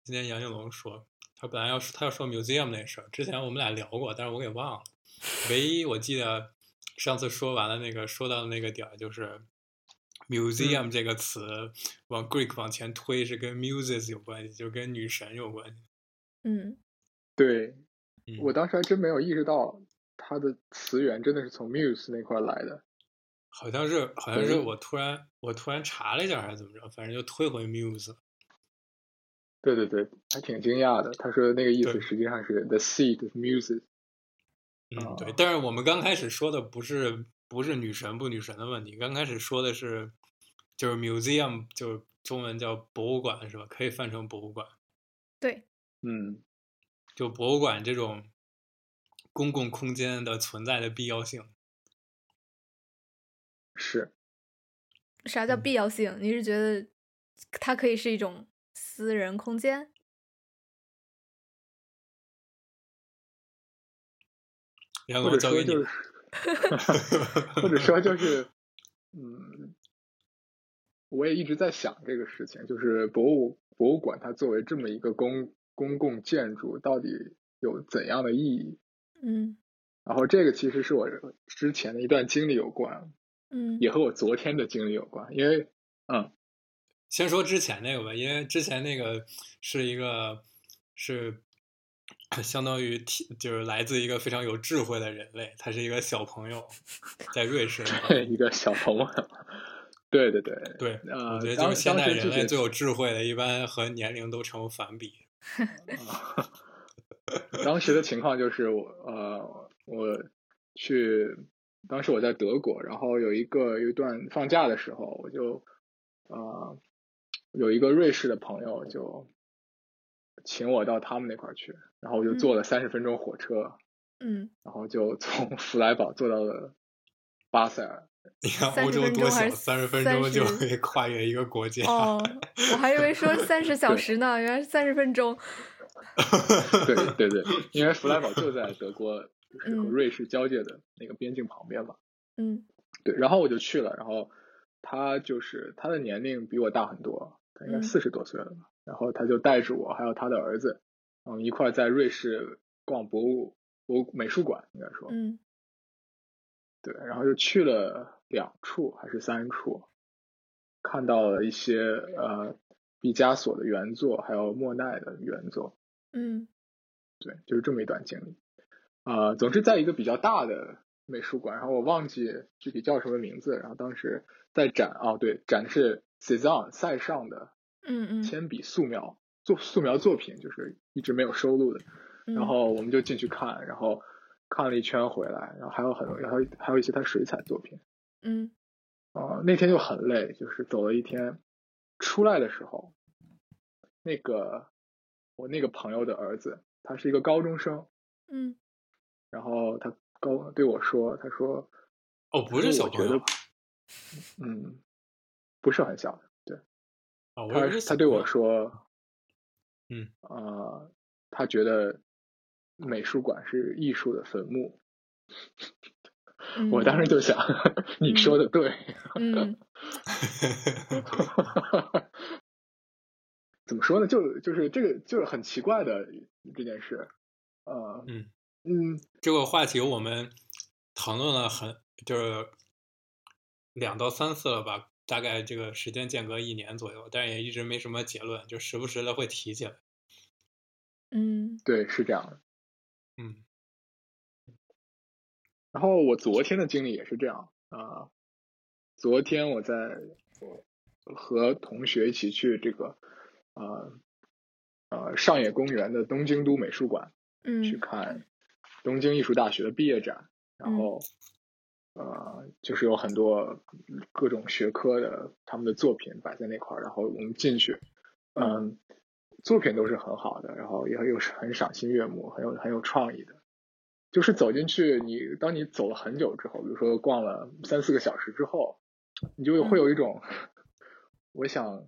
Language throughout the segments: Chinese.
今天杨景龙说，他本来他要说 museum 那事儿，之前我们俩聊过，但是我给忘了。唯一我记得上次说完了那个说到的那个点儿，就是 museum 这个词往 Greek 往前推是跟 muses 有关系，就跟女神有关系。 对，我当时还真没有意识到它的词源真的是从 muse 那块来的。 好像是我突然查了一下还是怎么着，反正就推回 muse。 对对对，还挺惊讶的。他说的那个意思实际上是 the seed of muses。 对，但是我们刚开始说的不是女神不女神的问题，刚开始说的是就是 museum， 就是中文叫博物馆是吧？可以翻成博物馆。 对， 就博物馆这种公共空间的存在的必要性。 是。 啥叫必要性？你是觉得它可以是一种私人空间？ 然后交给你了。 或者说就是，我也一直在想这个事情，就是博物馆它作为这么一个公共建筑，到底有怎样的意义？然后这个其实是我之前的一段经历有关，也和我昨天的经历有关，因为先说之前那个吧，因为之前那个是相当于就是来自一个非常有智慧的人类，他是一个小朋友，在瑞士一个小朋友。对对对对，我觉得就是现代人类最有智慧的，一般和年龄都成反比。 当时的情况就是当时我在德国，然后有一段放假的时候，我就有一个瑞士的朋友就请我到他们那块去，然后我就坐了30分钟火车，然后就从弗莱堡坐到了巴塞尔。 你看欧洲多小，30分钟就可以跨越一个国家。 我还以为说30小时呢，原来是30分钟。 对对对，因为弗莱堡就在德国就是和瑞士交界的那个边境旁边嘛。对，然后我就去了，然后他的年龄比我大很多，他应该40多岁了吧。然后他就带着我还有他的儿子，一块在瑞士逛美术馆，应该说。对，然后就去了2处还是3处，看到了一些毕加索的原作，还有莫奈的原作。对，就是这么一段经历。总之在一个比较大的美术馆，然后我忘记具体叫什么名字，然后当时在展的是Cézanne 塞尚的铅笔素描作品，就是一直没有收录的。然后我们就进去看，然后看了一圈回来，然后还有一些他水彩作品。那天就很累，就是走了一天，出来的时候，我那个朋友的儿子，他是一个高中生。然后他对我说，他说不是小朋友。 不是很小的。对。他对我说，他觉得美术馆是艺术的坟墓。我当时就想，你说的对。怎么说呢？就是这个就是很奇怪的这件事。 这个话题我们讨论了就是2到3次了吧，大概这个时间间隔1年左右，但是也一直没什么结论，就时不时的会提起来。 对，是这样的。然后我昨天的经历也是这样。昨天我和同学一起去这个上野公园的东京都美术馆去看东京艺术大学的毕业展。然后就是有很多各种学科的他们的作品摆在那块儿，然后我们进去，作品都是很好的，然后又是很赏心悦目，很有创意的。就是走进去，当你走了很久之后，比如说逛了3-4个小时之后，你就会有一种我想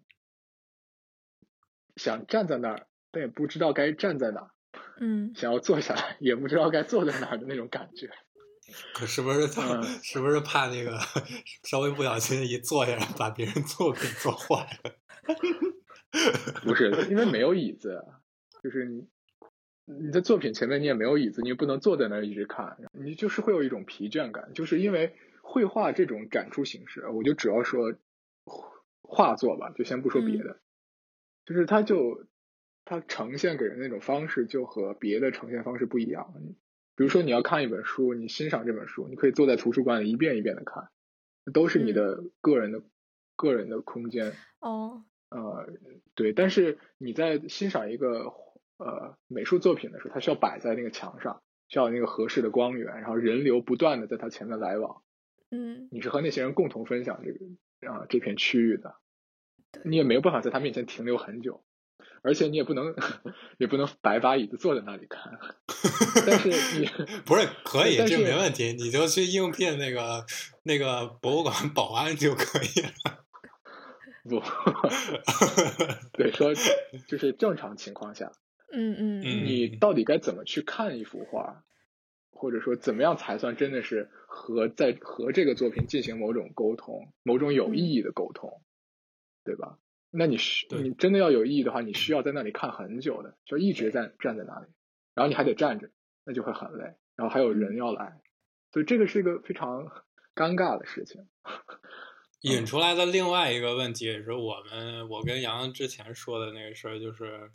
站在那儿，但也不知道该站在哪儿。想要坐下来，也不知道该坐在哪儿的那种感觉。 可是不是怕那个稍微不小心一坐下来把别人作品做坏了？ 不是，因为没有椅子，就是你的作品前面你也没有椅子，你也不能坐在那儿一直看，你就是会有一种疲倦感，就是因为绘画这种展出形式，我就主要说画作吧，就先不说别的，就是它呈现给人那种方式就和别的呈现方式不一样。比如说你要看一本书，你欣赏这本书，你可以坐在图书馆里一遍一遍的看，都是你的个人的空间。对，但是你在欣赏一个美术作品的时候，它需要摆在那个墙上，需要有那个合适的光源，然后人流不断的在它前面来往。你是和那些人共同分享这片区域的，你也没有办法在他面前停留很久，而且你也不能摆把椅子坐在那里看。但是你不是可以，这没问题，你就去应聘那个博物馆保安就可以了。 不，对，说就是正常情况下，你到底该怎么去看一幅画，或者说怎么样才算真的是和这个作品进行某种沟通，某种有意义的沟通，对吧？那你真的要有意义的话，你需要在那里看很久的，就一直站在那里，然后你还得站着，那就会很累，然后还有人要来，所以这个是一个非常尴尬的事情。 引出来的另外一个问题也是我跟杨之前说的那个事儿，就是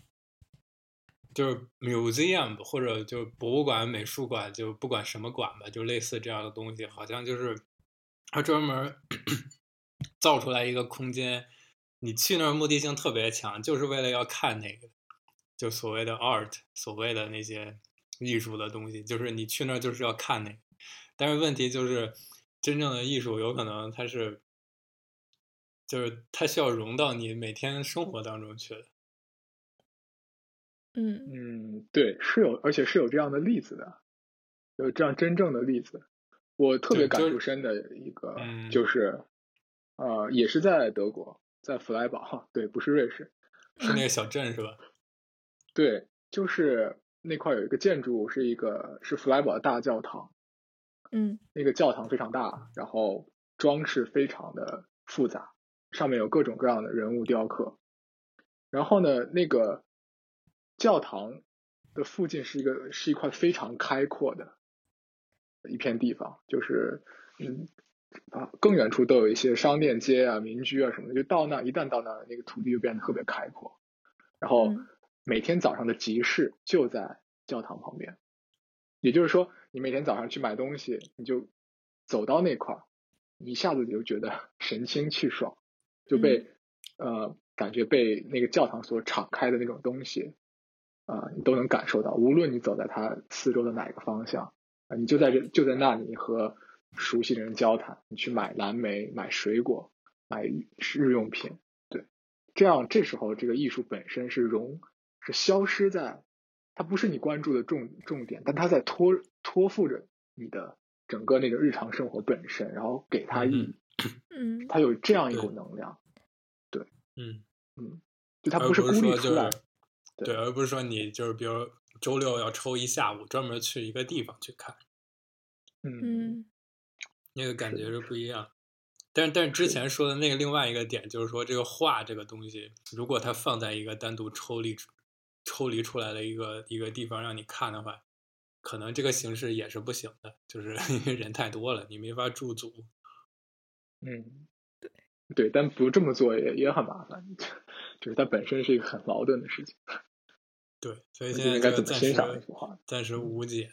museum 或者就博物馆、美术馆，就不管什么馆吧，就类似这样的东西，好像就是它专门造出来一个空间，你去那儿目的性特别强，就是为了要看那个，就所谓的 art， 所谓的那些艺术的东西，就是你去那儿就是要看那个。但是问题就是，真正的艺术有可能就是它需要融到你每天生活当中去的。 对，而且是有这样的例子的，有这样真正的例子。我特别感触深的一个就是也是在德国，在弗莱堡，对，不是瑞士， 是那个小镇是吧？ 对，就是那块有一个建筑是弗莱堡的大教堂。那个教堂非常大，然后装饰非常的复杂，上面有各种各样的人物雕刻。然后呢，那个教堂的附近是一块非常开阔的一片地方，就是更远处都有一些商店街啊、民居啊什么的。一旦到那，那个土地就变得特别开阔。然后每天早上的集市就在教堂旁边，也就是说，你每天早上去买东西，你就走到那块儿，一下子就觉得神清气爽，就感觉被那个教堂所敞开的那种东西你都能感受到。无论你走在它四周的哪一个方向你就在那里和熟悉的人交谈，你去买蓝莓、买水果、买日用品，对，这时候这个艺术本身是消失在，它不是你关注的重点，但它在托付着你的整个那个日常生活本身，然后给它意义。它有这样一股能量。对，就它不是孤立出来， 对，而不是说你就是比如周六要抽一下午专门去一个地方去看，那个感觉是不一样。但是之前说的那个另外一个点就是说，这个画这个东西，如果它放在一个单独抽离出来的一个地方让你看的话，可能这个形式也是不行的，就是因为人太多了，你没法驻足。 对，但不这么做也很麻烦，就是它本身是一个很矛盾的事情。 对，所以现在应该怎么欣赏一幅画， 暂时无解。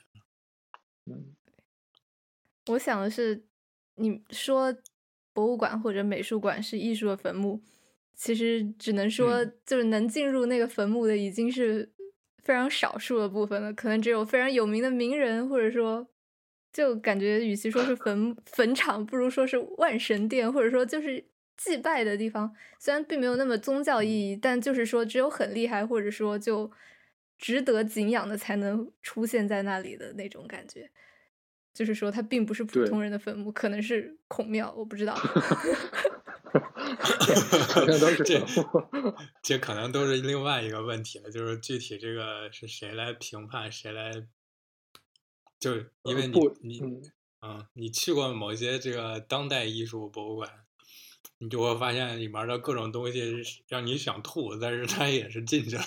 我想的是，你说博物馆或者美术馆是艺术的坟墓，其实只能说就是能进入那个坟墓的已经是非常少数的部分了，可能只有非常有名的名人，或者说就感觉与其说是坟场，不如说是万神殿，或者说就是祭拜的地方。虽然并没有那么宗教意义，但就是说只有很厉害或者说就值得敬仰的才能出现在那里的那种感觉。就是说它并不是普通人的坟墓，可能是孔庙，我不知道。 这可能都是另外一个问题了，就是具体这个是谁来评判，谁来，就是因为你去过某些这个当代艺术博物馆， 你就会发现里面的各种东西让你想吐，但是它也是进去了。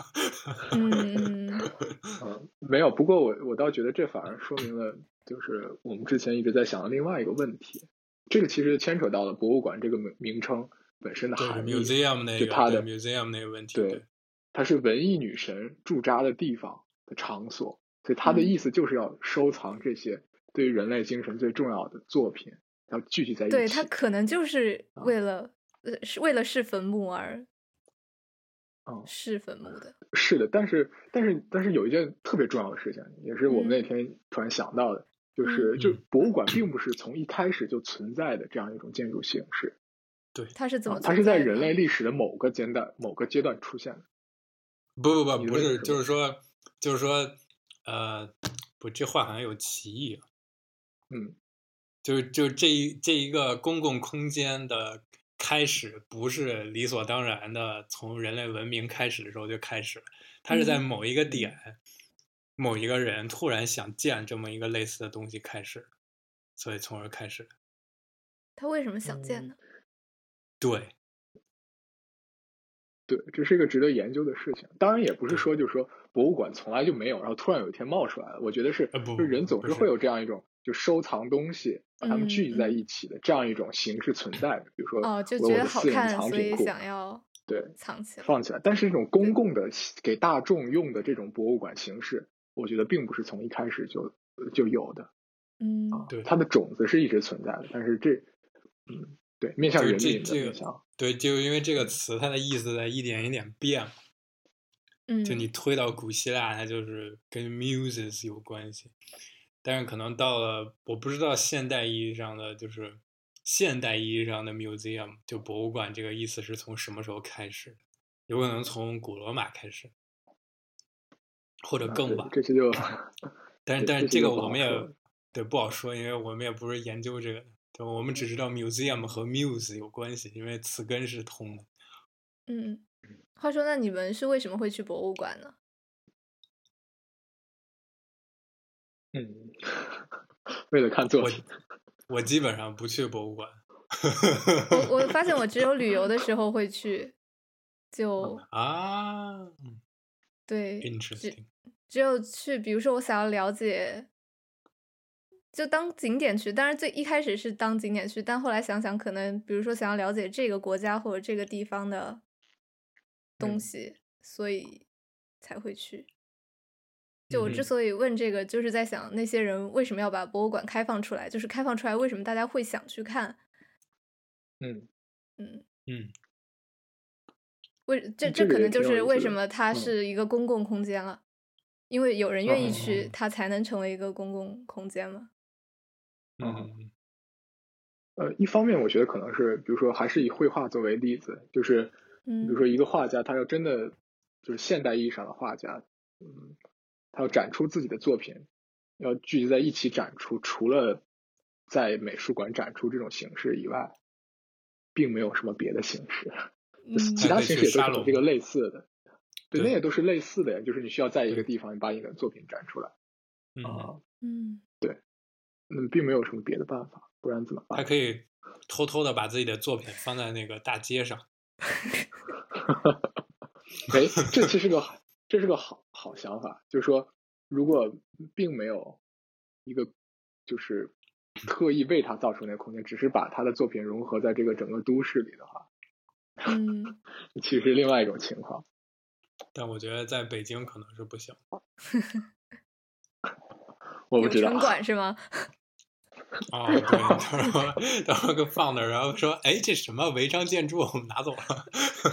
没有。不过我倒觉得这反而说明了，就是我们之前一直在想的另外一个问题。这个其实牵扯到了博物馆这个名称本身的含义， museum 那个， 就它的 museum 那个问题。 对，它是文艺女神驻扎的地方的场所，所以它的意思就是要收藏这些对于人类精神最重要的作品，要聚集在一起。 对，它可能就是为了是坟墓而是坟墓的。 是的，但是有一件特别重要的事情，也是我们那天突然想到的，就博物馆并不是从一开始就存在的这样一种建筑形式。 对， 它是怎么？ 它是在人类历史的某个阶段出现的。 不是，就是说，不，这话好像有歧义。就这一个公共空间的开始，不是理所当然的从人类文明开始的时候就开始了，它是在某一个点，某一个人突然想建这么一个类似的东西开始，所以从而开始。 他为什么想建呢？ 对， 这是一个值得研究的事情。当然也不是说就是说博物馆从来就没有，然后突然有一天冒出来了。我觉得是，就人总是会有这样一种就收藏东西，把它们聚集在一起的这样一种形式存在的。比如说， 就觉得好看，所以想要藏起来放起来。但是这种公共的给大众用的这种博物馆形式，我觉得并不是从一开始就有的。 对， 它的种子是一直存在的，但是对，面向人民的面向。 对，就因为这个词，它的意思在一点一点变。就你推到古希腊，它就是跟 muses 有关系，但是可能到了我不知道现代意义上的，就是现代意义上的 museum 就博物馆这个意思是从什么时候开始？有可能从古罗马开始，或者更晚。 这些就， 但是这个我们也不好说，因为我们也不是研究这个的，我们只知道 museum 和 muse 有关系，因为词根是通的。 话说，那你们是为什么会去博物馆呢？ 为了看作品。 我基本上不去博物馆。 我发现我只有旅游的时候会去，对， interesting。 只有去，比如说我想要了解，就当景点去。当然最一开始是当景点去，但后来想想，可能比如说想要了解这个国家或者这个地方的东西，所以才会去。就我之所以问这个，就是在想那些人为什么要把博物馆开放出来，就是开放出来为什么大家会想去看。这可能就是为什么它是一个公共空间了，因为有人愿意去，它才能成为一个公共空间嘛。 一方面我觉得可能是，比如说还是以绘画作为例子，就是比如说一个画家，他要真的就是现代意义上的画家，他要展出自己的作品，要聚集在一起展出，除了在美术馆展出这种形式以外，并没有什么别的形式。其他形式也都是这个类似的。对，那也都是类似的呀，就是你需要在一个地方把你的作品展出来。对，并没有什么别的办法，不然怎么办？ 他可以偷偷的把自己的作品放在那个大街上。 这是个好想法，就是说，如果并没有一个就是特意为他造出那个空间，只是把他的作品融合在这个整个都市里的话，其实另外一种情况。 但我觉得在北京可能是不行。 我不知道。 有城管是吗？ 对，到时候放那儿，然后说，哎，这什么违章建筑，我们拿走了。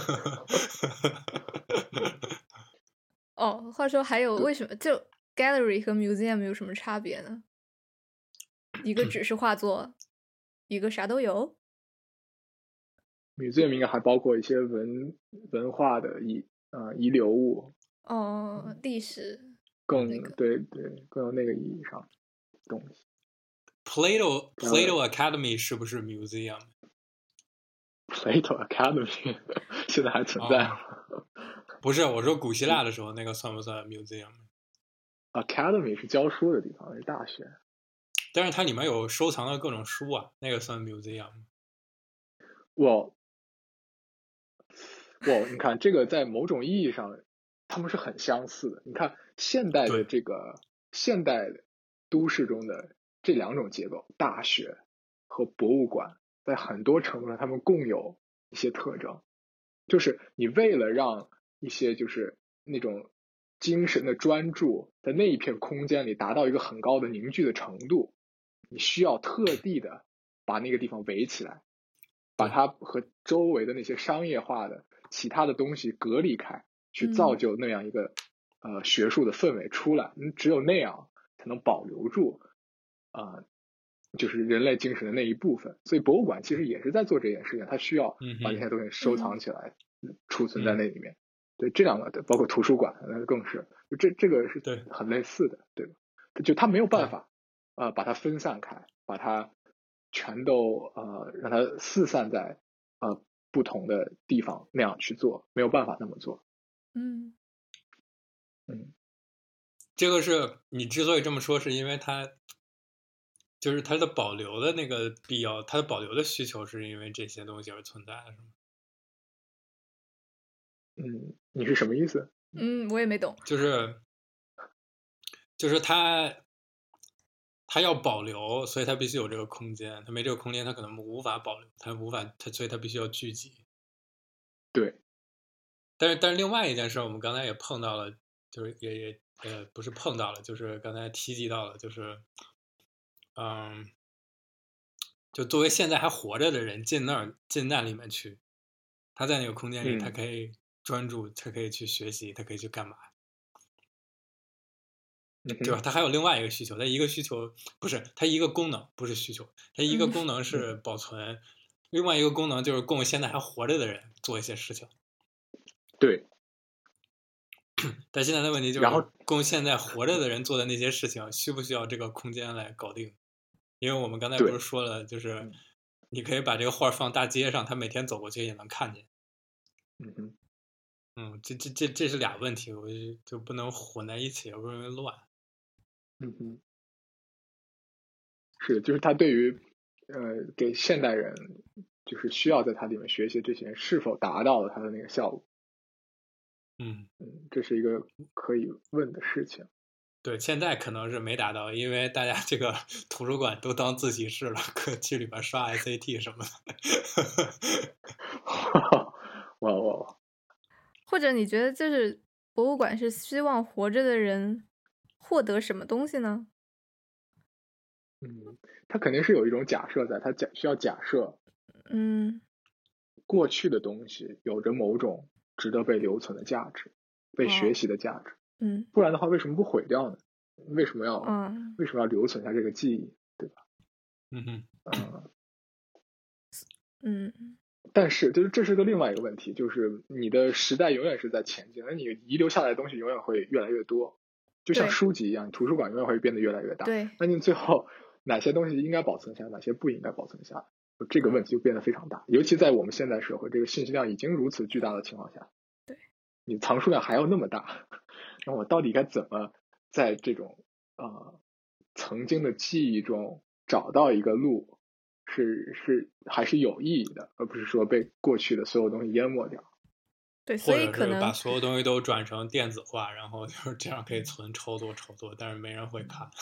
话说还有为什么就 gallery 和 museum 有什么差别呢？一个只是画作，一个啥都有。 museum 应该还包括一些文化的遗留物。 历史。 对，更有那个意义上的东西。 Plato Academy 是不是 museum？ Plato Academy 现在还存在吗？ 不是，我说古希腊的时候那个算不算 museum？ Academy 是教书的地方，是大学。 但是它里面有收藏的各种书啊，那个算 museum？ 你看这个在某种意义上他们是很相似的。你看现代的现代都市中的这两种结构，大学和博物馆，在很多程度上他们共有一些特征，就是你为了让一些就是那种精神的专注在那一片空间里达到一个很高的凝聚的程度，你需要特地的把那个地方围起来，把它和周围的那些商业化的其他的东西隔离开，去造就那样一个学术的氛围出来。只有那样才能保留住就是人类精神的那一部分。所以博物馆其实也是在做这件事情，它需要把这些东西收藏起来，储存在那里面。对，这两个包括图书馆，那更是这个是很类似的，对吧？就它没有办法把它分散开，把它全都让它四散在不同的地方那样去做，没有办法那么做。 这个是你之所以这么说，是因为它就是它的保留的那个必要，它的保留的需求是因为这些东西而存在的，是吗？ 你是什么意思？ 我也没懂。 就是它要保留，所以它必须有这个空间。它没这个空间，它可能无法保留，所以它必须要聚集。 对。 但是另外一件事，我们刚才也碰到了，就是也不是碰到了，就是刚才提及到了，就是就作为现在还活着的人进那里面去，他在那个空间里，他可以专注，他可以去学习，他可以去干嘛，对吧？他还有另外一个需求，他一个需求不是他一个功能，不是需求，他一个功能是保存，另外一个功能就是供现在还活着的人做一些事情。 对。 但现在的问题就是，供现在活着的人做的那些事情，需不需要这个空间来搞定？因为我们刚才不是说了，就是你可以把这个画放大街上，他每天走过去也能看见。这是俩问题，我就不能混在一起，要不然乱。 是，就是他对于给现代人，就是需要在它里面学习这些，是否达到了他的那个效果？这是一个可以问的事情。 对，现在可能是没达到，因为大家这个图书馆都当自习室了，可去里边刷 SAT 什么的。 哇！ 或者你觉得就是博物馆是希望活着的人获得什么东西呢？ 他肯定是有一种假设在，他需要假设，过去的东西有着某种值得被留存的价值，被学习的价值。不然的话，为什么不毁掉呢？为什么要留存下这个记忆，对吧？但是就是这是个另外一个问题，就是你的时代永远是在前进，而你遗留下来的东西永远会越来越多，就像书籍一样，图书馆永远会变得越来越大。 对。 那你最后哪些东西应该保存下来，哪些不应该保存下来，这个问题就变得非常大。尤其在我们现在社会，这个信息量已经如此巨大的情况下， 对， 你藏书量还要那么大，那我到底该怎么在这种曾经的记忆中找到一个路，还是有意义的，而不是说被过去的所有东西淹没掉。 对，所以可能把所有东西都转成电子化，然后就是这样可以存超多，但是没人会看。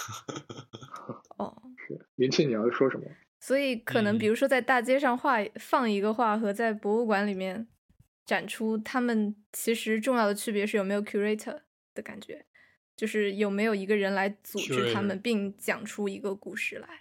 是林沁，你要说什么？ 所以可能比如说在大街上放一个画和在博物馆里面展出，他们其实重要的区别是有没有 curator 的感觉，就是有没有一个人来组织他们并讲出一个故事来。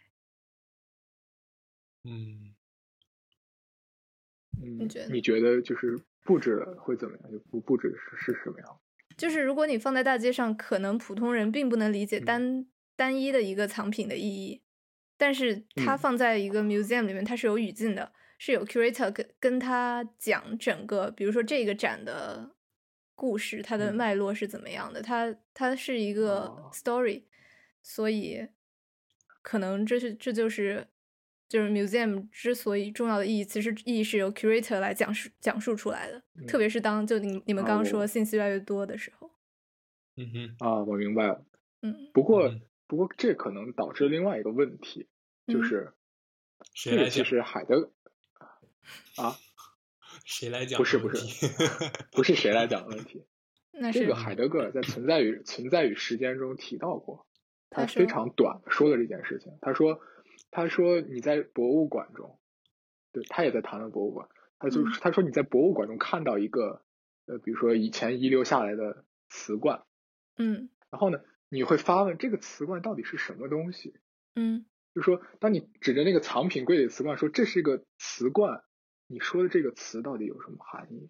你觉得就是布置会怎么样？就不布置是什么样？ 就是如果你放在大街上，可能普通人并不能理解单一的一个藏品的意义，但是它放在一个 museum 里面，它是有语境的，是有 curator 跟他讲整个，比如说这个展的故事，它的脉络是怎么样的，它是一个 story，所以可能这就是 museum 之所以重要的意义，其实意义是由 curator 来讲述出来的，特别是当就你们刚刚说信息越来越多的时候。 我明白了。不过这可能导致另外一个问题，就是这个其实啊？ 谁来讲？ 不是不是谁来讲的问题。这个海德格尔在存在与时间中提到过，他非常短的说了这件事情。他说你在博物馆中，对，他也在谈论博物馆。他说你在博物馆中看到一个比如说以前遗留下来的瓷罐，然后呢，你会发问这个瓷罐到底是什么东西？就是说，当你指着那个藏品柜里的瓷罐说这是个瓷罐，你说的这个词到底有什么含义？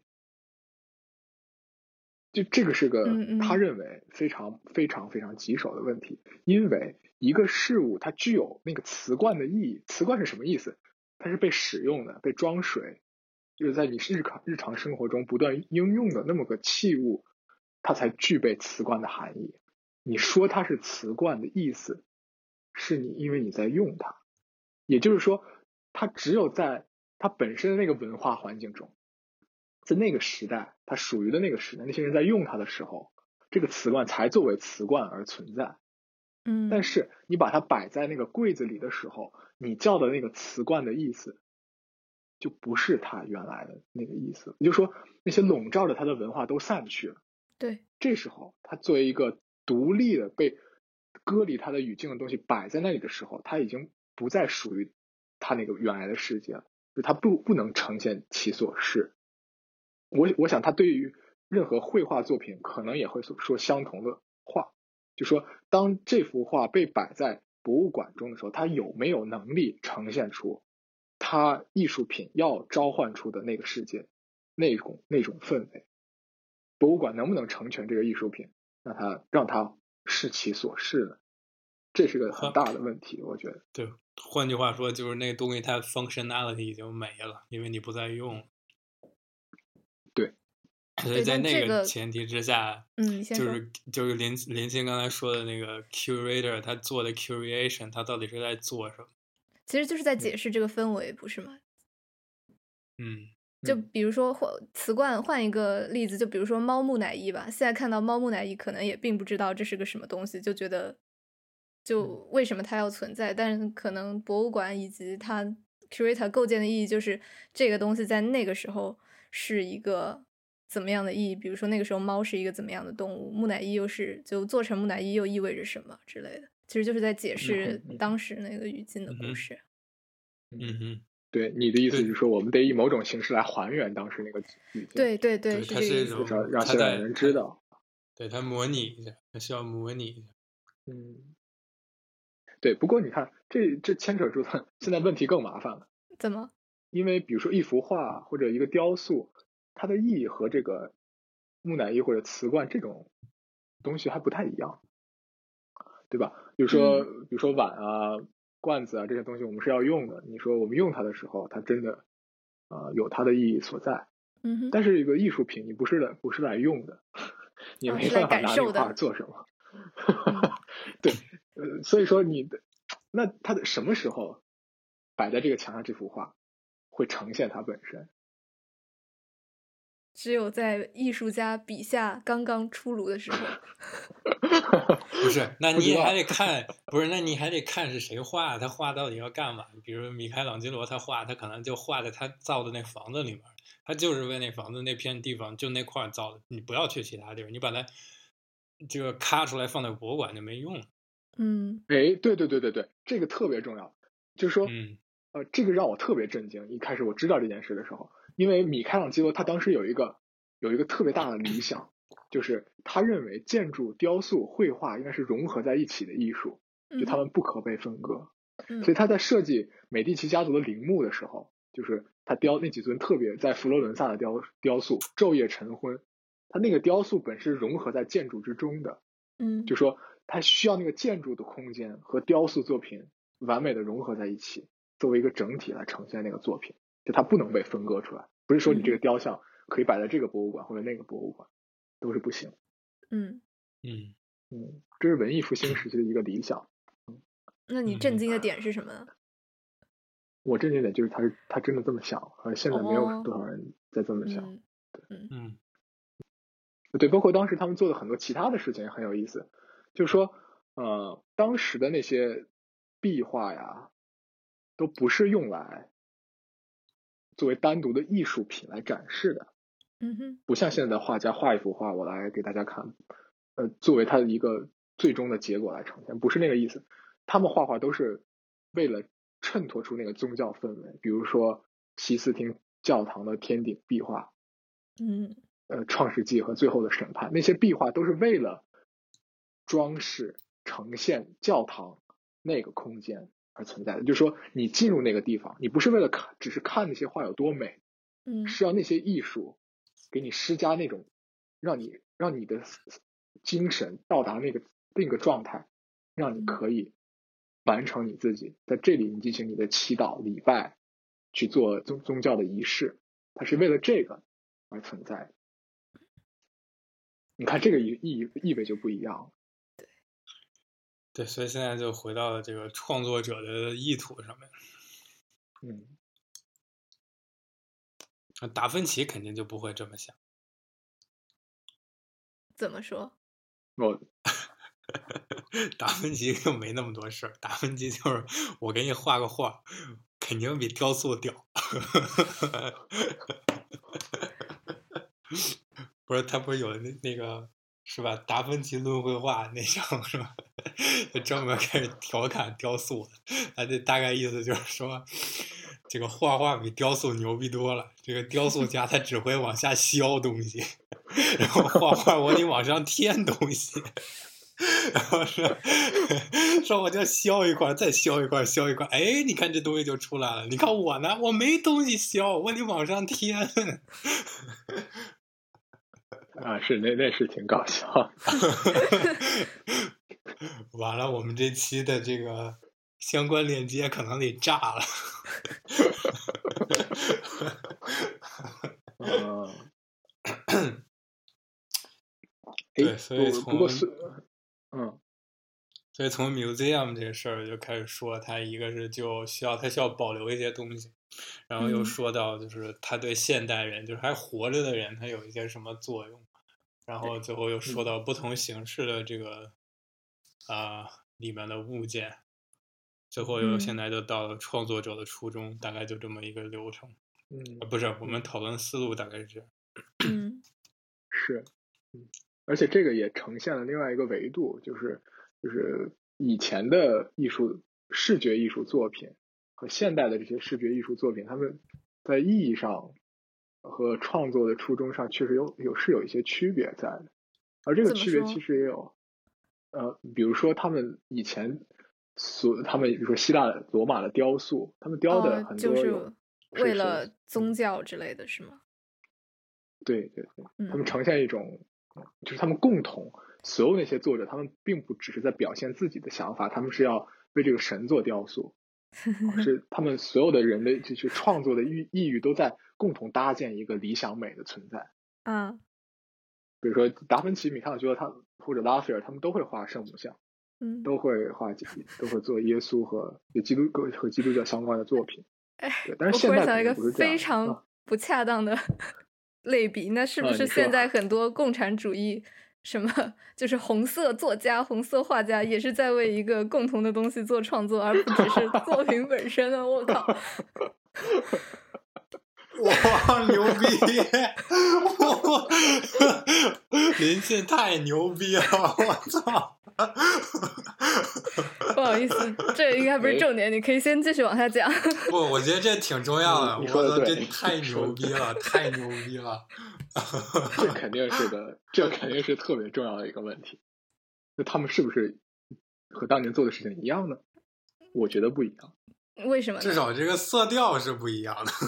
就这个是个他认为非常非常非常棘手的问题，因为一个事物它具有那个瓷罐的意义。瓷罐是什么意思？它是被使用的，被装水，就是在你日常生活中不断应用的那么个器物，它才具备瓷罐的含义。你说它是瓷罐的意思，是因为你在用它，也就是说，它只有在它本身的那个文化环境中，在那个时代，它属于的那个时代，那些人在用它的时候，这个瓷罐才作为瓷罐而存在。但是你把它摆在那个柜子里的时候，你叫的那个瓷罐的意思，就不是它原来的那个意思。也就是说，那些笼罩着它的文化都散去了。 对，这时候，它作为一个独立的被割离它的语境的东西摆在那里的时候，它已经不再属于它那个原来的世界了，就它不能呈现其所是。我想他对于任何绘画作品可能也会说相同的话，就说当这幅画被摆在博物馆中的时候，他有没有能力呈现出他艺术品要召唤出的那个世界，那种氛围？博物馆能不能成全这个艺术品，让它是其所是呢？这是个很大的问题，我觉得。 对，换句话说，就是那东西它 functionality 已经没了，因为你不再用。 对， 所以在那个前提之下， 就是林鑫刚才说的那个 curator 他做的 curation， 他到底是在做什么？ 其实就是在解释这个氛围，不是吗？就比如说瓷罐，换一个例子，就比如说猫木乃伊吧。现在看到猫木乃伊，可能也并不知道这是个什么东西，就觉得就为什么它要存在。但是可能博物馆以及它 curator 构建的意义，就是这个东西在那个时候是一个怎么样的意义。比如说那个时候猫是一个怎么样的动物，木乃伊就做成木乃伊又意味着什么之类的。其实就是在解释当时那个语境的故事。 对，你的意思是说，我们得以某种形式来还原当时那个语境。 对， 它是一种让现在人知道。 对，它模拟一下，它需要模拟一下。 对。不过你看，这牵扯出的现在问题更麻烦了。 怎么？ 因为比如说一幅画或者一个雕塑，它的意义和这个木乃伊或者瓷罐这种东西还不太一样，对吧？比如说碗啊、罐子啊这些东西，我们是要用的。你说我们用它的时候，它真的有它的意义所在。但是一个艺术品，你不是来用的，你没办法拿那画做什么。对，所以说那它的什么时候摆在这个墙上这幅画会呈现它本身？ 只有在艺术家笔下刚刚出炉的时候。 不是，那你还得看，那你还得看是谁画，他画到底要干嘛？比如米开朗基罗，他可能就画在他造的那房子里面，他就是为那房子那片地方就那块造的，你不要去其他地儿，你把它这个咔出来放在博物馆就没用了。 对，这个特别重要，就是说，这个让我特别震惊。一开始我知道这件事的时候，因为米开朗基罗他当时有一个特别大的理想，就是他认为建筑、雕塑、绘画应该是融合在一起的艺术，就他们不可被分割。所以他在设计美第奇家族的陵墓的时候，就是他雕那几尊特别在佛罗伦萨的雕塑《昼夜晨昏》，他那个雕塑本身融合在建筑之中的，就说他需要那个建筑的空间和雕塑作品完美的融合在一起，作为一个整体来呈现那个作品，就它不能被分割出来。不是说你这个雕像可以摆在这个博物馆或者那个博物馆，都是不行。这是文艺复兴时期的一个理想。 那你震惊的点是什么呢？ 我震惊点就是他真的这么想，而现在没有多少人在这么想。对，包括当时他们做的很多其他的事情也很有意思，就是说当时的那些壁画呀都不是用来作为单独的艺术品来展示的。不像现在的画家画一幅画，我来给大家看，作为他的一个最终的结果来呈现，不是那个意思。他们画画都是为了衬托出那个宗教氛围，比如说西斯汀教堂的天顶壁画，创世纪和最后的审判，那些壁画都是为了装饰呈现教堂那个空间而存在的。就是说你进入那个地方，你不是为了只是看那些画有多美，是要那些艺术给你施加那种让你的精神到达那个状态，让你可以完成你自己在这里你进行你的祈祷礼拜，去做宗教的仪式，它是为了这个而存在的。你看这个意味就不一样了。 对，所以现在就回到了这个创作者的意图上面。达芬奇肯定就不会这么想。 怎么说？ 达芬奇就没那么多事儿，达芬奇就是我给你画个画，肯定比雕塑屌。不是他不是有那个是吧？达芬奇论绘画那张是吧？就专门开始调侃雕塑的，他这大概意思就是说，这个画画比雕塑牛逼多了。这个雕塑家他只会往下削东西，然后画画我得往上添东西。然后说我就削一块，再削一块，削一块，哎，你看这东西就出来了。你看我呢，我没东西削，我得往上添。 是那是挺搞笑。 完了，我们这期的这个相关链接可能得炸了。对，所以所以从 museum 这个事儿就开始说，它一个是就需要保留一些东西，然后又说到就是它对现代人，就是还活着的人，它有一些什么作用，然后最后又说到不同形式的这个里面的物件，最后又现在就到了创作者的初衷，大概就这么一个流程。不是，我们讨论思路大概是这样。 是，而且这个也呈现了另外一个维度，就是以前的视觉艺术作品和现代的这些视觉艺术作品，他们在意义上和创作的初衷上确实有一些区别在的。而这个区别其实也有比如说他们以前他们比如说希腊罗马的雕塑，他们雕的很多就是为了宗教之类的是吗？ 对，他们呈现一种就是他们共同所有那些作者，他们并不只是在表现自己的想法，他们是要为这个神做雕塑。是他们所有的人的就是创作的意欲都在共同搭建一个理想美的存在。比如说达芬奇、米开朗基罗或者拉斐尔，他们都会画圣母像，都会做耶稣和基督教相关的作品。对，但是现在我忽然想到一个非常不恰当的类比，那是不是现在很多共产主义什么就是红色作家、红色画家也是在为一个共同的东西做创作，而不只是作品本身呢？我靠！ 哇，牛逼！林沁太牛逼了，我操！ 不好意思，这应该不是重点，你可以先继续往下讲。 不，我觉得这挺重要的。 你说的对， 这太牛逼了，太牛逼了！ 这肯定是的，这肯定是特别重要的一个问题。那他们是不是和当年做的事情一样呢？我觉得不一样。 为什么呢？ 至少这个色调是不一样的。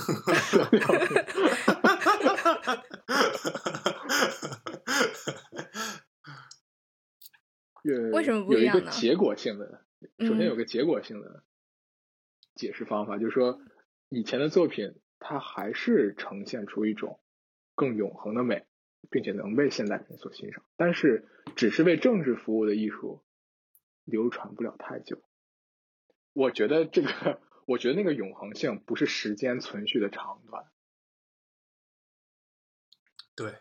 为什么不一样呢？ 有一个结果性的，首先有个结果性的解释方法，就是说以前的作品它还是呈现出一种更永恒的美，并且能被现代人所欣赏，但是只是为政治服务的艺术流传不了太久。我觉得那个永恒性不是时间存续的长短。 对，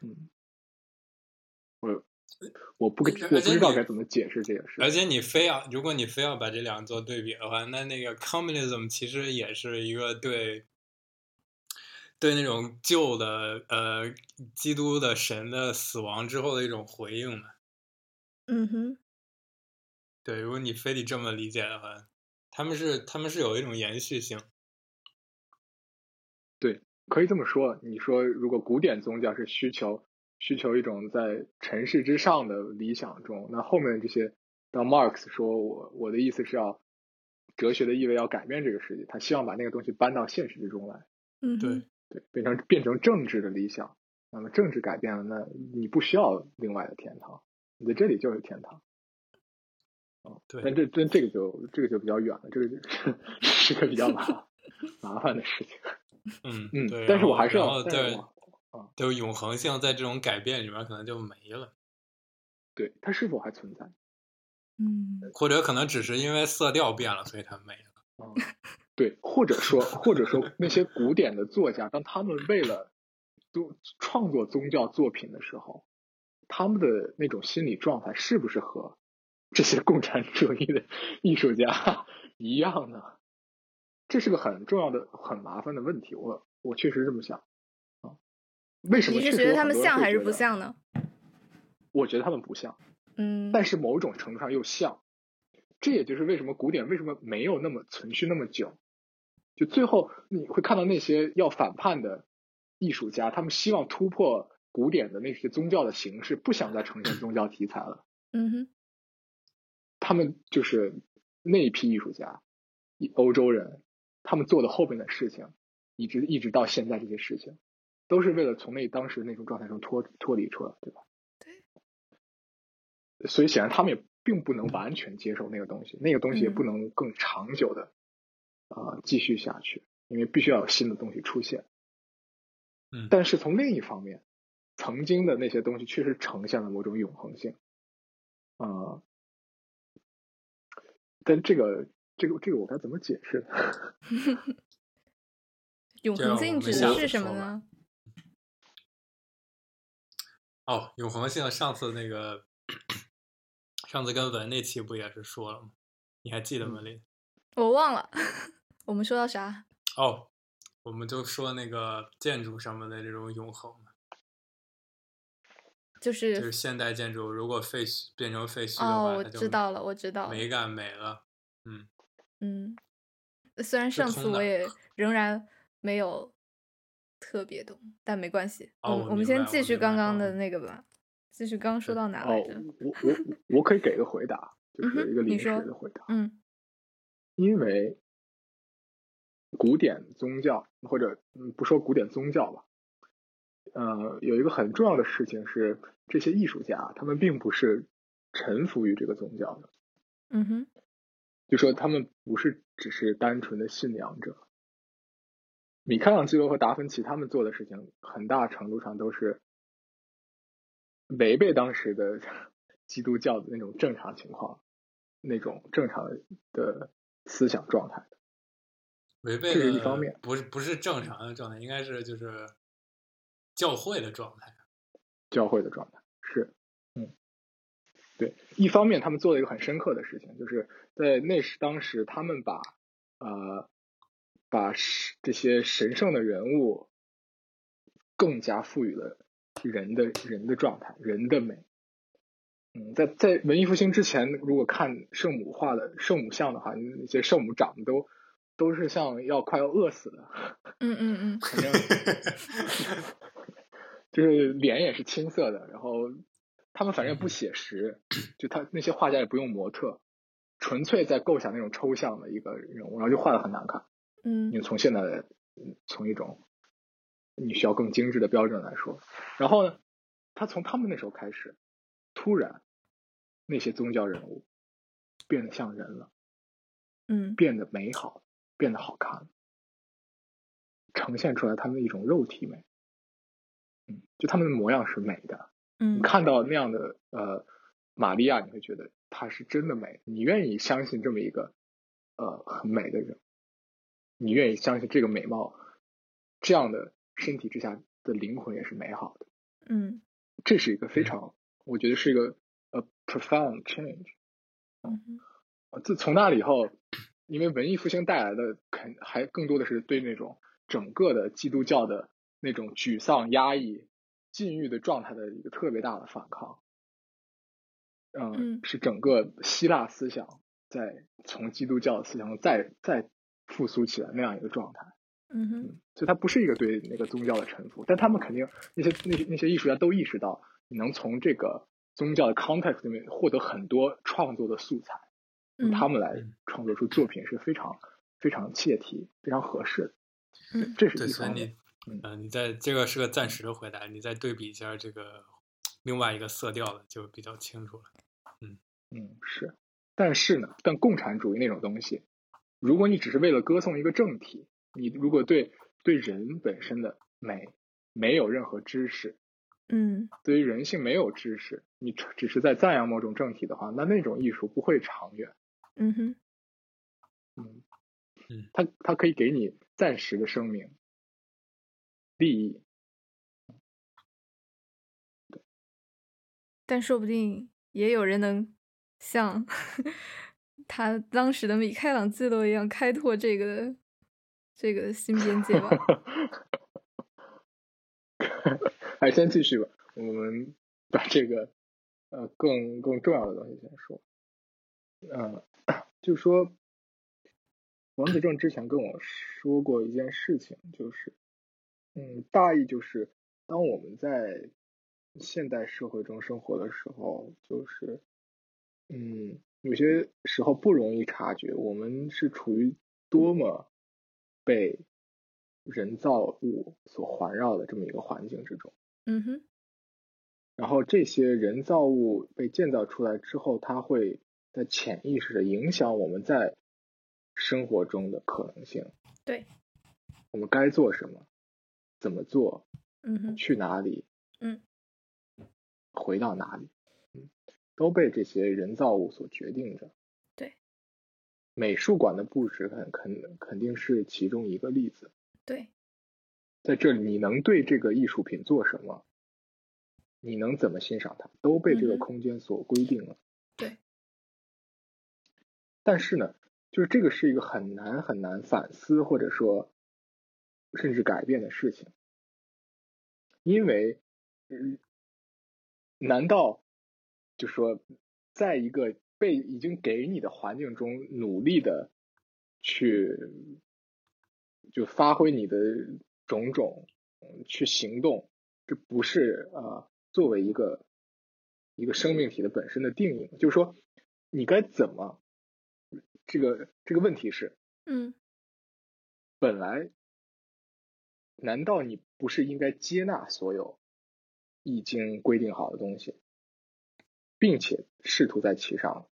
我不知道该怎么解释这个事。 而且如果你非要把这两个做对比的话，那个 communism 其实也是一个对对那种旧的基督的神的死亡之后的一种回应嘛。对，如果你非得这么理解的话，他们是有一种延续性。 对，可以这么说。你说如果古典宗教是需求一种在尘世之上的理想中，那后面这些，当 Marx 说我的意思是要哲学的意味要改变这个世界，他希望把那个东西搬到现实之中来。 对， 变成政治的理想。那么政治改变了，那你不需要另外的天堂，你在这里就是天堂。 对， 但这个就比较远了，这个是个比较麻烦的事情。 对。 但是我还是要， 对永恒性在这种改变里面可能就没了。 对，它是否还存在？ 或者可能只是因为色调变了，所以它没了。 对，或者说那些古典的作家，当他们为了创作宗教作品的时候，他们的那种心理状态是不是和这些共产主义的艺术家一样呢？这是个很重要的、很麻烦的问题。我确实这么想为什么？ 你是觉得他们像还是不像呢？ 我觉得他们不像，但是某种程度上又像。这也就是为什么古典为什么没有那么存续那么久。就最后你会看到那些要反叛的艺术家，他们希望突破古典的那些宗教的形式，不想再呈现宗教题材了。他们就是那一批艺术家，欧洲人，他们做的后边的事情，一直到现在这些事情，都是为了从当时那种状态中脱离出来，对吧？对。所以显然他们也并不能完全接受那个东西，那个东西也不能更长久的继续下去，因为必须要有新的东西出现。但是从另一方面，曾经的那些东西确实呈现了某种永恒性。但这个我该怎么解释呢？ 永恒性指的是什么呢？ 永恒性上次跟文那期不也是说了吗？你还记得吗？ 我忘了。我们说到啥？ 我们就说那个建筑上面的这种永恒，就是现代建筑如果变成废墟的话， 我知道了， 美感没了。 虽然上次我也仍然没有特别懂，但没关系。我们先继续刚刚的那个吧。继续刚说到哪来着？ 我可以给个回答，就是一个临时的回答。因为古典宗教，或者不说古典宗教吧，有一个很重要的事情是，这些艺术家他们并不是臣服于这个宗教的。就说他们不是只是单纯的信仰者。米开朗基罗和达芬奇他们做的事情，很大程度上都是违背当时的基督教的那种正常情况，那种正常的思想状态。 违背这是一方面， 不是正常的状态，应该是就是教会的状态。 教会的状态是，对。一方面，他们做了一个很深刻的事情，就是在当时他们把这些神圣的人物更加赋予了人的状态，人的美。在文艺复兴之前，如果看圣母像的话，那些圣母长得都是像快要饿死的。反正就是脸也是青色的，然后他们反正不写实，就那些画家也不用模特，纯粹在构想那种抽象的一个人物，然后就画得很难看。因为从现在的从一种你需要更精致的标准来说，然后呢，从他们那时候开始，突然那些宗教人物变得像人了，变得美好，变得好看，呈现出来他们的一种肉体美。就他们的模样是美的。你看到那样的玛利亚，你会觉得她是真的美，你愿意相信这么一个很美的人，你愿意相信这个美貌，这样的身体之下的灵魂也是美好的。这是一个非常，我觉得是一个profound change。自从那以后，因为文艺复兴带来的还更多的是对那种整个的基督教的那种沮丧、压抑、禁欲的状态的一个特别大的反抗。是整个希腊思想在从基督教思想再复苏起来那样一个状态。所以它不是一个对那个宗教的臣服，但他们肯定那些艺术家都意识到，你能从这个宗教的 context 里面获得很多创作的素材，他们来创作出作品是非常非常切题、非常合适的。这是一方面。 你在这个是个暂时的回答，你再对比一下这个另外一个色调的，就比较清楚了。 是。但是呢，但共产主义那种东西，如果你只是为了歌颂一个政体，你如果对人本身的美没有任何知识，对于人性没有知识，你只是在赞扬某种政体的话，那种艺术不会长远。它可以给你暂时的生命、利益， 但说不定也有人能像他当时的米开朗基罗一样开拓这个新边界吧。 还先继续吧，我们把这个更重要的东西先说。就是说王子正之前跟我说过一件事情，就是大意就是当我们在现代社会中生活的时候，就是有些时候不容易察觉我们是处于多么被人造物所环绕的这么一个环境之中。然后这些人造物被建造出来之后，它会在潜意识的影响我们在生活中的可能性。 对， 我们该做什么，怎么做，去哪里，回到哪里，都被这些人造物所决定着。 对， 美术馆的布置肯定是其中一个例子。 对， 在这里你能对这个艺术品做什么，你能怎么欣赏它，都被这个空间所规定了。 对。 但是呢，就是这个是一个很难反思或者说甚至改变的事情，因为难道就说在一个已经给你的环境中努力的去就发挥你的种种去行动，这不是作为一个生命体的本身的定义？就是说你该怎么这个问题是本来难道你不是应该接纳所有已经规定好的东西，并且试图在其上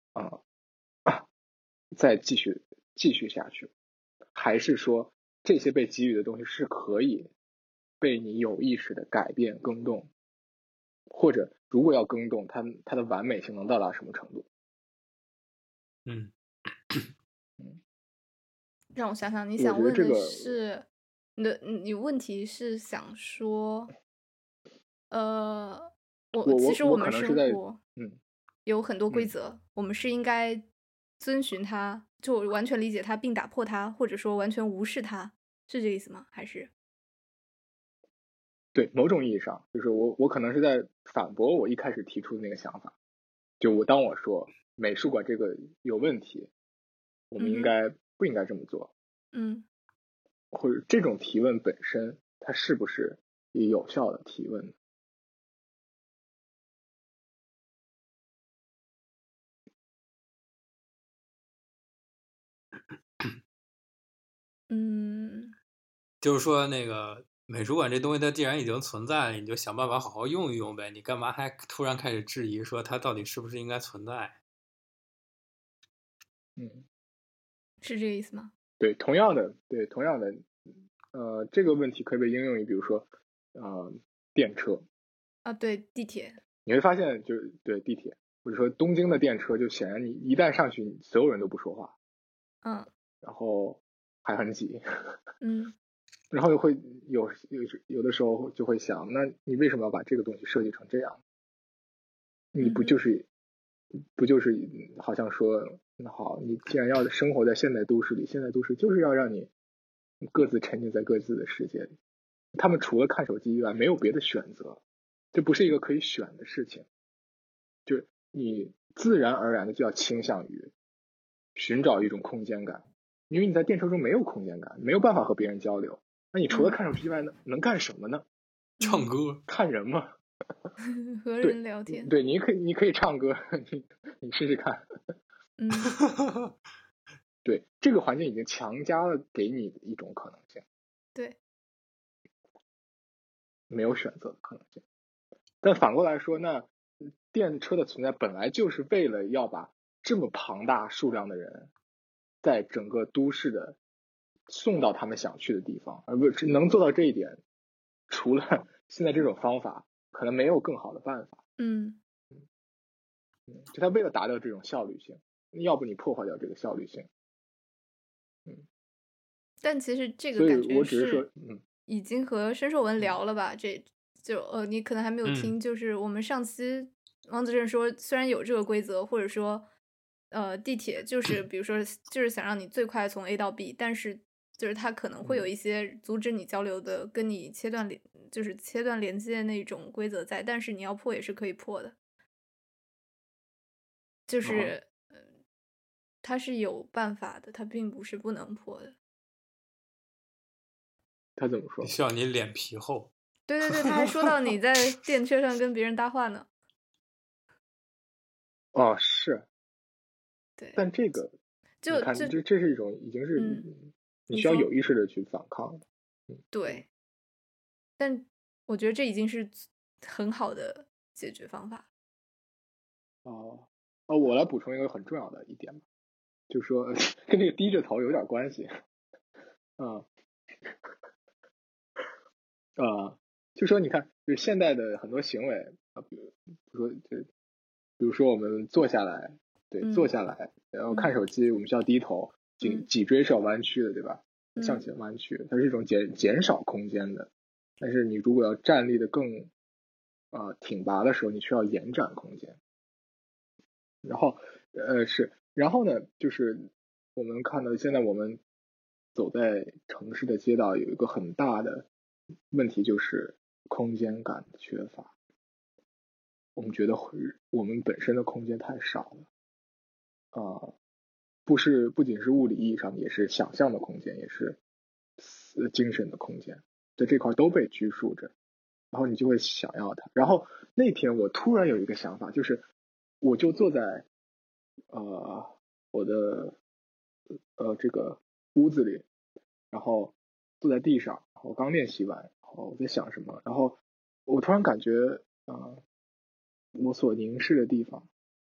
再继续下去，还是说这些被给予的东西是可以被你有意识的改变更动，或者如果要更动，它的完美性能到达什么程度？ 让我想想，你想问的是你问题是想说其实我们生活有很多规则，我们是应该遵循它，就完全理解它并打破它，或者说完全无视它，是这个意思吗？还是对，某种意义上就是我可能是在反驳我一开始提出的那个想法，就当我说美术馆这个有问题，我们不应该这么做，或者这种提问本身它是不是有效的提问？ 就是说那个美术馆这东西它既然已经存在了，你就想办法好好用一用呗，你干嘛还突然开始质疑说它到底是不是应该存在？ 是这个意思吗？ 对，同样的，这个问题可以被应用于比如说电车对，地铁， 你会发现就是对地铁或者说东京的电车，就显然你一旦上去，所有人都不说话，然后还很挤，然后又会有的时候就会想，那你为什么要把这个东西设计成这样？你不就是好像说，那好，你既然要生活在现代都市里，现代都市就是要让你各自沉浸在各自的世界里，他们除了看手机以外没有别的选择，这不是一个可以选的事情，就是你自然而然的就要倾向于寻找一种空间感，因为你在电车中没有空间感，没有办法和别人交流，那你除了看手机以外能干什么呢？ 唱歌， 看人吗？ 和人聊天。 对，你可以唱歌，你试试看。对，这个环境已经强加了给你的一种可能性。 对， 没有选择的可能性。但反过来说，那电车的存在本来就是为了要把这么庞大数量的人在整个都市的送到他们想去的地方，而不是能做到这一点，除了现在这种方法，可能没有更好的办法。就他为了达到这种效率性，要不你破坏掉这个效率性。 但其实这个感觉我只是说， 已经和申硕文聊了吧？这就你可能还没有听，就是我们上期王子正说，虽然有这个规则，或者说地铁就是比如说就是想让你最快从 A 到 B， 但是就是它可能会有一些阻止你交流的，跟你切断连接那种规则在，但是你要破也是可以破的，就是它是有办法的，它并不是不能破的。 他怎么说？ 需要你脸皮厚。 对，他还说到你在电车上跟别人搭话呢。 哦，是。 对。 但这个， 这是一种已经是你需要有意识的去反抗的。 对。但我觉得这已经是很好的解决方法。 我来补充一个很重要的一点吧，就是说跟那个低着头有点关系。就说你看，就是现代的很多行为啊，比如说我们坐下来，坐下来，然后看手机，我们需要低头，脊椎是要弯曲的，对吧？向前弯曲，它是一种减少空间的。但是你如果要站立的更挺拔的时候，你需要延展空间。然后然后呢，就是我们看到现在我们走在城市的街道，有一个很大的问题，就是空间感的缺乏。我们觉得我们本身的空间太少了，不仅是物理意义上，也是想象的空间，也是精神的空间，在这块都被拘束着，然后你就会想要它。然后那天我突然有一个想法，就是我就坐在我的这个屋子里，然后坐在地上，我刚练习完，然后我在想什么，然后我突然感觉我所凝视的地方，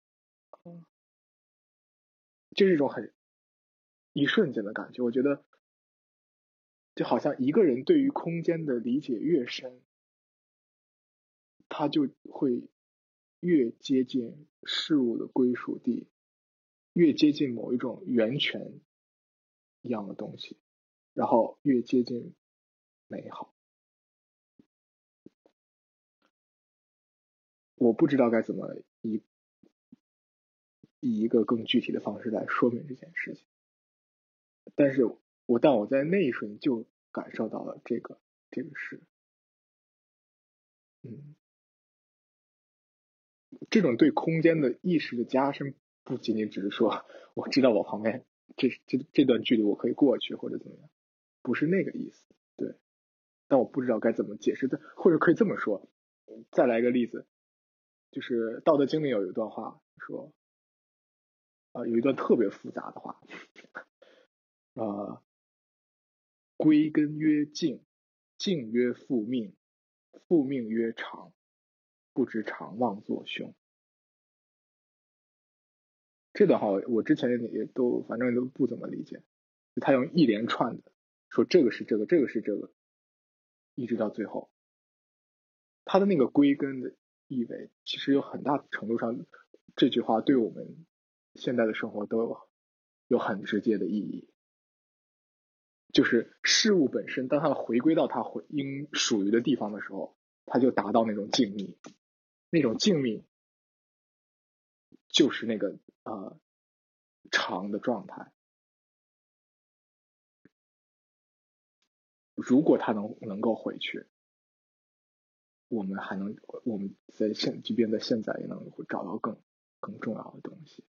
就是一种很一瞬间的感觉。我觉得就好像一个人对于空间的理解越深，他就会越接近事物的归属地，越接近某一种源泉一样的东西，然后越接近美好。我不知道该怎么以一个更具体的方式来说明这件事情，但我在那一瞬就感受到了这个事。这种对空间的意识的加深，不仅仅只是说我知道我旁边这段距离我可以过去或者怎么样，不是那个意思。对，但我不知道该怎么解释的，或者可以这么说。再来一个例子，就是《道德经》里有一段话说，有一段特别复杂的话，归根曰静，静曰复命，复命曰长，不知常妄作凶。这段话我之前也都反正都不怎么理解，他用一连串的说这个是这个，这个是这个，一直到最后，他的那个归根的意味，其实有很大程度上，这句话对我们现在的生活都有很直接的意义。就是事物本身，当它回归到它应属于的地方的时候，它就达到那种静谧，那种静谧就是那个长的状态。 如果他能够回去，我们即便在现在也能找到更重要的东西。